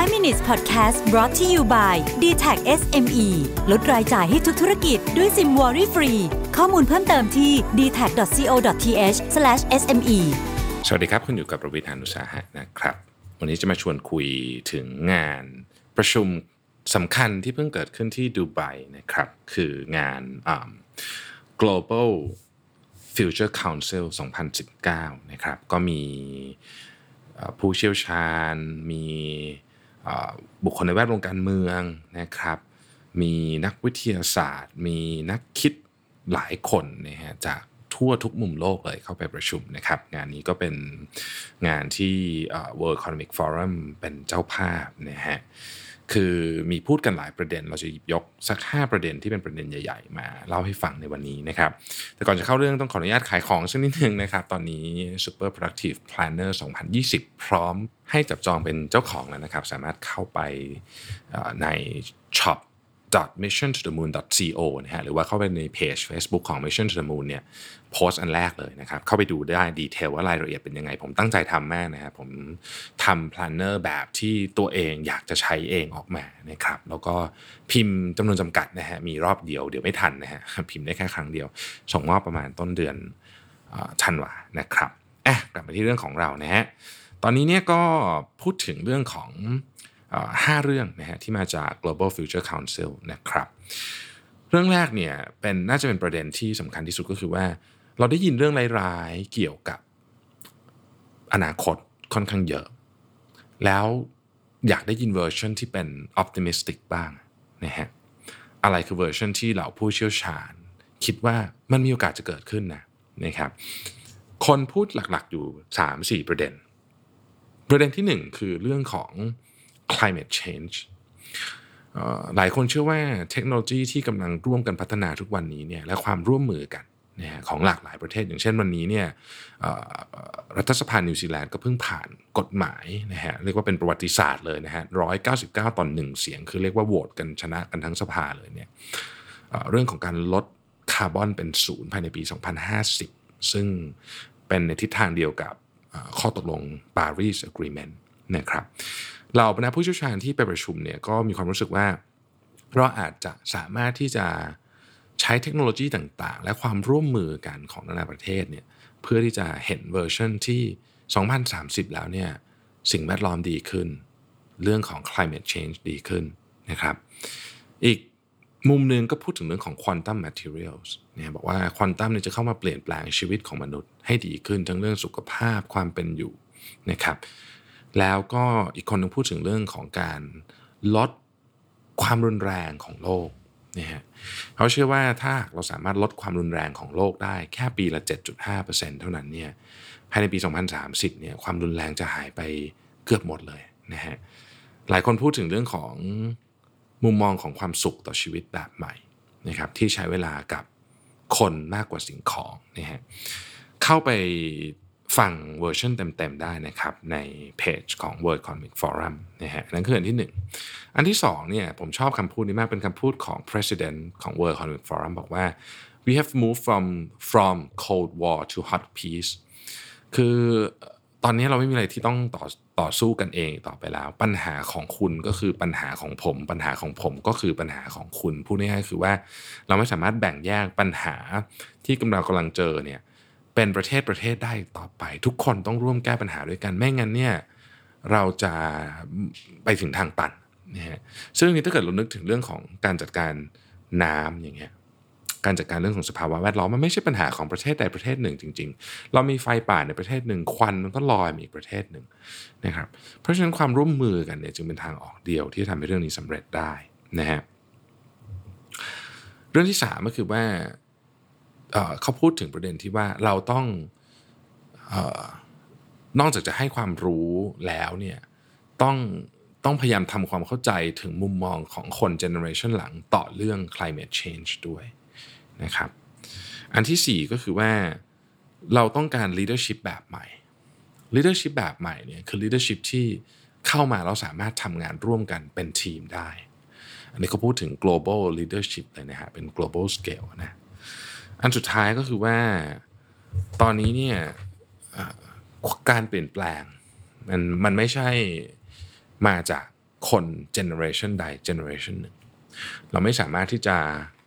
5 minutes podcast brought to you by DTAC SME ลดรายจ่ายให้ทุกธุรกิจด้วยซิมวอรี่ฟรีข้อมูลเพิ่มเติมที่ dtac.co.th/sme สวัสดีครับคุณอยู่กับประวิทย์ หาญอุตสาหะนะครับวันนี้จะมาชวนคุยถึงงานประชุมสำคัญที่เพิ่งเกิดขึ้นที่ดูไบนะครับคืองานGlobal Future Council 2019นะครับก็มีผู้เชี่ยวชาญมีบุคคลในแวดวงการเมืองนะครับมีนักวิทยาศาสตร์มีนักคิดหลายคนนะฮะจากทั่วทุกมุมโลกเลยเข้าไปประชุมนะครับงานนี้ก็เป็นงานที่ World Economic Forum เป็นเจ้าภาพนะฮะคือมีพูดกันหลายประเด็นเราจะหยิบยกสัก5ประเด็นที่เป็นประเด็นใหญ่ๆมาเล่าให้ฟังในวันนี้นะครับแต่ก่อนจะเข้าเรื่องต้องขออนุญาตขายของสักนิดนึงนะครับตอนนี้ Super Productive Planner 2020 พร้อมให้จับจองเป็นเจ้าของแล้วนะครับสามารถเข้าไปใน shop.missiontothemoon.co นะฮะหรือว่าเข้าไปในเพจ Facebook ของ Mission to the Moon เนี่ยโพสต์อันแรกเลยนะครับเข้าไปดูได้ดีเทลว่ารายละเอียดเป็นยังไงผมตั้งใจทำมากนะครับผมทำ planner แบบที่ตัวเองอยากจะใช้เองออกมานะครับแล้วก็พิมพ์จำนวนจำกัดนะฮะมีรอบเดียวเดี๋ยวไม่ทันนะฮะพิมพ์ได้แค่ครั้งเดียวส่งมอบประมาณต้นเดือนธันวานะครับกลับมาที่เรื่องของเรานะฮะตอนนี้เนี่ยก็พูดถึงเรื่องของ5 เรื่องนะฮะที่มาจาก Global Future Council นะครับเรื่องแรกเนี่ยน่าจะเป็นประเด็นที่สำคัญที่สุดก็คือว่าเราได้ยินเรื่องร้ายๆเกี่ยวกับอนาคตค่อนข้างเยอะแล้วอยากได้ยินเวอร์ชันที่เป็น optimistic บ้างนะฮะอะไรคือเวอร์ชันที่เหล่าผู้เชี่ยวชาญคิดว่ามันมีโอกาสจะเกิดขึ้นนะครับคนพูดหลักๆอยู่ 3-4 ประเด็นที่1คือเรื่องของ climate change หลายคนเชื่อว่าเทคโนโลยีที่กำลังร่วมกันพัฒนาทุกวันนี้เนี่ยและความร่วมมือกันนะฮะของหลากหลายประเทศอย่างเช่นวันนี้เนี่ยรัฐสภานิวซีแลนด์ก็เพิ่งผ่านกฎหมายนะฮะเรียกว่าเป็นประวัติศาสตร์เลยนะฮะ199 ต่อ 1 เสียงคือเรียกว่าโหวตกันชนะกันทั้งสภาเลยเนี่ยเรื่องของการลดคาร์บอนเป็น0ภายในปี 2050 ซึ่งเป็นในทิศทางเดียวกับข้อตกลง Paris Agreement นะครับเหล่าบรรดาผู้เชี่ยวชาญที่ไปประชุมเนี่ยก็มีความรู้สึกว่าเราอาจจะสามารถที่จะใช้เทคโนโลยีต่างๆและความร่วมมือกันของนานาประเทศเนี่ยเพื่อที่จะเห็นเวอร์ชันที่ 2030 แล้วเนี่ยสิ่งแวดล้อมดีขึ้นเรื่องของ climate change ดีขึ้นนะครับอีกมุมนึงก็พูดถึงเรื่องของ quantum materials เนี่ยบอกว่าควอนตัมเนี่ยจะเข้ามาเปลี่ยนแปลงชีวิตของมนุษย์ให้ดีขึ้นทั้งเรื่องสุขภาพความเป็นอยู่นะครับแล้วก็อีกคนนึงพูดถึงเรื่องของการลดความรุนแรงของโลกนะฮะเขาเชื่อว่าถ้าเราสามารถลดความรุนแรงของโลกได้แค่ปีละ 7.5% เท่านั้นเนี่ยภายในปี 2030 เนี่ยความรุนแรงจะหายไปเกือบหมดเลยนะฮะหลายคนพูดถึงเรื่องของมุมมองของความสุขต่อชีวิตแบบใหม่นะครับที่ใช้เวลากับคนมากกว่าสิ่งของนะฮะเข้าไปฟังเวอร์ชันเต็มๆได้นะครับในเพจของ World Economic Forum นะฮะนั่นคืออันที่1อันที่2เนี่ยผมชอบคำพูดนี้มากเป็นคำพูดของ President ของ World Economic Forum บอกว่า we have moved from Cold War to hot peace คือตอนนี้เราไม่มีอะไรที่ต้องต่อสู้กันเองต่อไปแล้วปัญหาของคุณก็คือปัญหาของผมปัญหาของผมก็คือปัญหาของคุณพูดง่ายๆคือว่าเราไม่สามารถแบ่งแยกปัญหาที่เรากำลังเจอเนี่ยเป็นประเทศได้ต่อไปทุกคนต้องร่วมแก้ปัญหาด้วยกันไม่งั้นเนี่ยเราจะไปถึงทางตันนะฮะซึ่งนี้ถ้าเกิดเรานึกถึงเรื่องของการจัดการน้ำอย่างเงี้ยการจัดการเรื่องของสภาวะแวดล้อมมันไม่ใช่ปัญหาของประเทศใดประเทศหนึ่งจริงๆเรามีไฟป่าในประเทศหนึ่งควันมันก็ลอยมาอีกประเทศหนึ่งนะครับเพราะฉะนั้นความร่วมมือกันเนี่ยจึงเป็นทางออกเดียวที่จะทำให้เรื่องนี้สำเร็จได้นะฮะเรื่องที่3ก็คือว่าเขาพูดถึงประเด็นที่ว่าเราต้องนอกจากจะให้ความรู้แล้วเนี่ยต้องพยายามทำความเข้าใจถึงมุมมองของคนเจเนอเรชันหลังต่อเรื่อง climate change ด้วยนะครับอันที่4ก็คือว่าเราต้องการ leadership แบบใหม่ leadership แบบใหม่เนี่ยคือ leadership ที่เข้ามาแล้วสามารถทำงานร่วมกันเป็นทีมได้อันนี้เขาพูดถึง global leadership เลยนะฮะเป็น global scale นะอันสุดท้ายก็คือว่าตอนนี้เนี่ยการเปลี่ยนแปลงมันไม่ใช่มาจากคนเจเนอเรชันใดเจเนอเรชันหนึ่งเราไม่สามารถที่จะ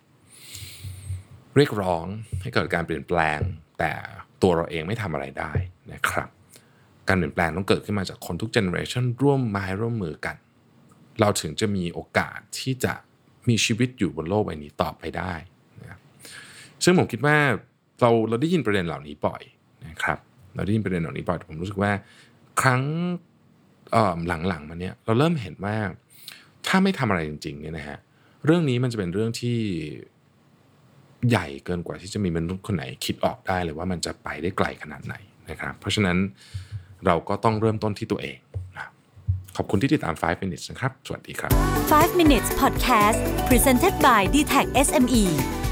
เรียกร้องให้เกิดการเปลี่ยนแปลงแต่ตัวเราเองไม่ทำอะไรได้นะครับการเปลี่ยนแปลงต้องเกิดขึ้นมาจากคนทุกเจเนอเรชันร่วมไม้ร่วมมือกันเราถึงจะมีโอกาสที่จะมีชีวิตอยู่บนโลกใบนี้ต่อไปได้นะซึ่งผมคิดว่าเราได้ยินประเด็นเหล่านี้บ่อยนะครับเราได้ยินประเด็นเหล่านี้บ่อยผมรู้สึกว่าครั้งหลังๆมาเนี้ยเราเริ่มเห็นว่าถ้าไม่ทำอะไรจริงๆเนี่ยนะฮะเรื่องนี้มันจะเป็นเรื่องที่ใหญ่เกินกว่าที่จะมีมนุษย์คนไหนคิดออกได้เลยว่ามันจะไปได้ไกลขนาดไหนนะครับเพราะฉะนั้นเราก็ต้องเริ่มต้นที่ตัวเองนะขอบคุณที่ติดตาม 5 minutes นะครับสวัสดีครับ 5 minutes podcast presented by DTAC SME